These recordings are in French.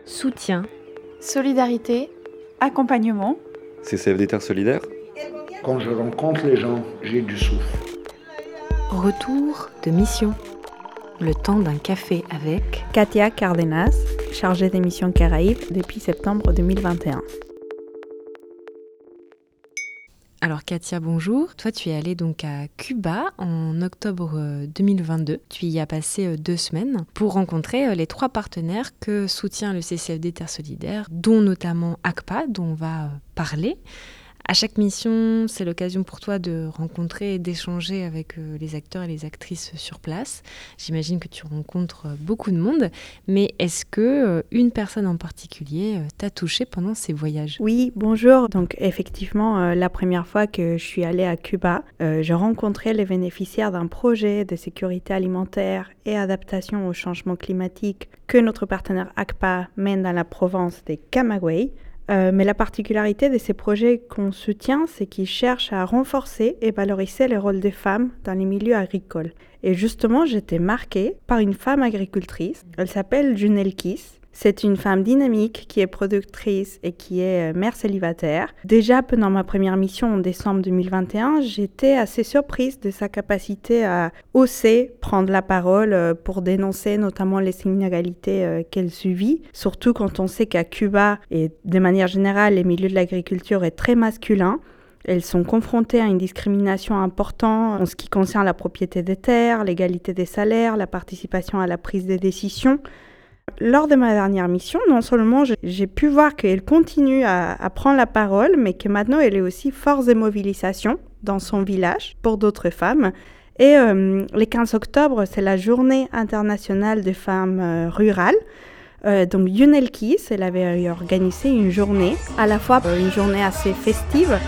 soutien, solidarité, accompagnement. CCFD Terre Solidaire. Quand je rencontre les gens, j'ai du souffle. retour de mission. Le temps d'un café avec Katia Cardenas, chargée des missions Caraïbes depuis septembre 2021. Alors Katia, bonjour. Toi, tu es allée donc à Cuba en octobre 2022. Tu y as passé 2 semaines pour rencontrer les 3 partenaires que soutient le CCFD Terre Solidaire, dont notamment ACPA, dont on va parler. À chaque mission, c'est l'occasion pour toi de rencontrer et d'échanger avec les acteurs et les actrices sur place. J'imagine que tu rencontres beaucoup de monde, mais est-ce que une personne en particulier t'a touchée pendant ces voyages ? Oui, bonjour. Donc effectivement, la première fois que je suis allée à Cuba, je rencontrais les bénéficiaires d'un projet de sécurité alimentaire et adaptation au changement climatique que notre partenaire ACPA mène dans la province des Camagüey. Mais la particularité de ces projets qu'on soutient, c'est qu'ils cherchent à renforcer et valoriser le rôle des femmes dans les milieux agricoles. Et justement, j'étais marquée par une femme agricultrice. Elle s'appelle Junel Kiss. C'est une femme dynamique qui est productrice et qui est mère célibataire. Déjà, pendant ma première mission en décembre 2021, j'étais assez surprise de sa capacité à oser prendre la parole pour dénoncer notamment les inégalités qu'elle subit. Surtout quand on sait qu'à Cuba, et de manière générale, les milieux de l'agriculture est très masculin. Elles sont confrontées à une discrimination importante en ce qui concerne la propriété des terres, l'égalité des salaires, la participation à la prise des décisions. Lors de ma dernière mission, non seulement j'ai pu voir qu'elle continue à prendre la parole, mais que maintenant elle est aussi force de mobilisation dans son village pour d'autres femmes. Et le 15 octobre, c'est la journée internationale des femmes rurales. Donc Junel Kiss, elle avait organisé une journée, à la fois une journée assez festive,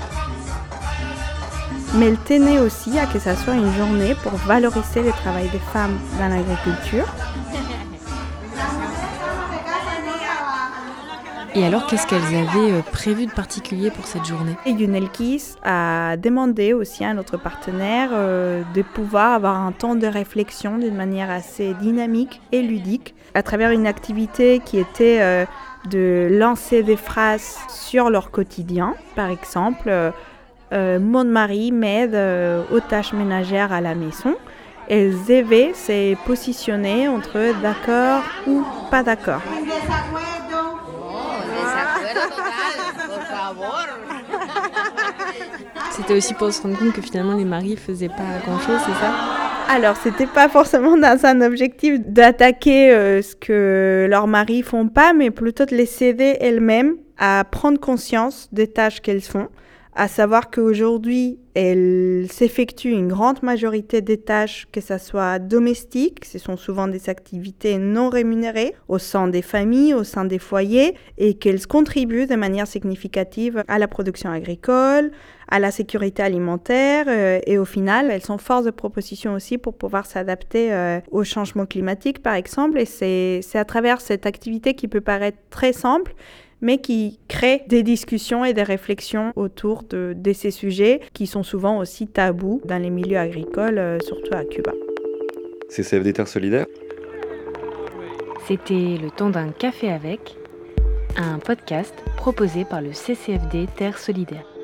mais elle tenait aussi à que ça soit une journée pour valoriser le travail des femmes dans l'agriculture. Et alors, qu'est-ce qu'elles avaient prévu de particulier pour cette journée ? Et Junel Kiss a demandé aussi à notre partenaire de pouvoir avoir un temps de réflexion d'une manière assez dynamique et ludique, à travers une activité qui était de lancer des phrases sur leur quotidien. Par exemple, mon mari m'aide aux tâches ménagères à la maison. Et Zévé s'est positionné entre d'accord ou pas d'accord. C'était aussi pour se rendre compte que finalement les maris ne faisaient pas grand-chose, c'est ça ? Alors, c'était pas forcément dans un objectif d'attaquer ce que leurs maris font pas, mais plutôt de les aider elles-mêmes à prendre conscience des tâches qu'elles font, à savoir qu'aujourd'hui, elles s'effectuent une grande majorité des tâches, que ce soit domestiques, ce sont souvent des activités non rémunérées, au sein des familles, au sein des foyers, et qu'elles contribuent de manière significative à la production agricole, à la sécurité alimentaire, et au final, elles sont force de proposition aussi pour pouvoir s'adapter au changement climatique, par exemple, et c'est à travers cette activité qui peut paraître très simple, mais qui crée des discussions et des réflexions autour de ces sujets qui sont souvent aussi tabous dans les milieux agricoles, surtout à Cuba. CCFD Terre Solidaire. C'était Le temps d'un café avec, un podcast proposé par le CCFD Terre Solidaire.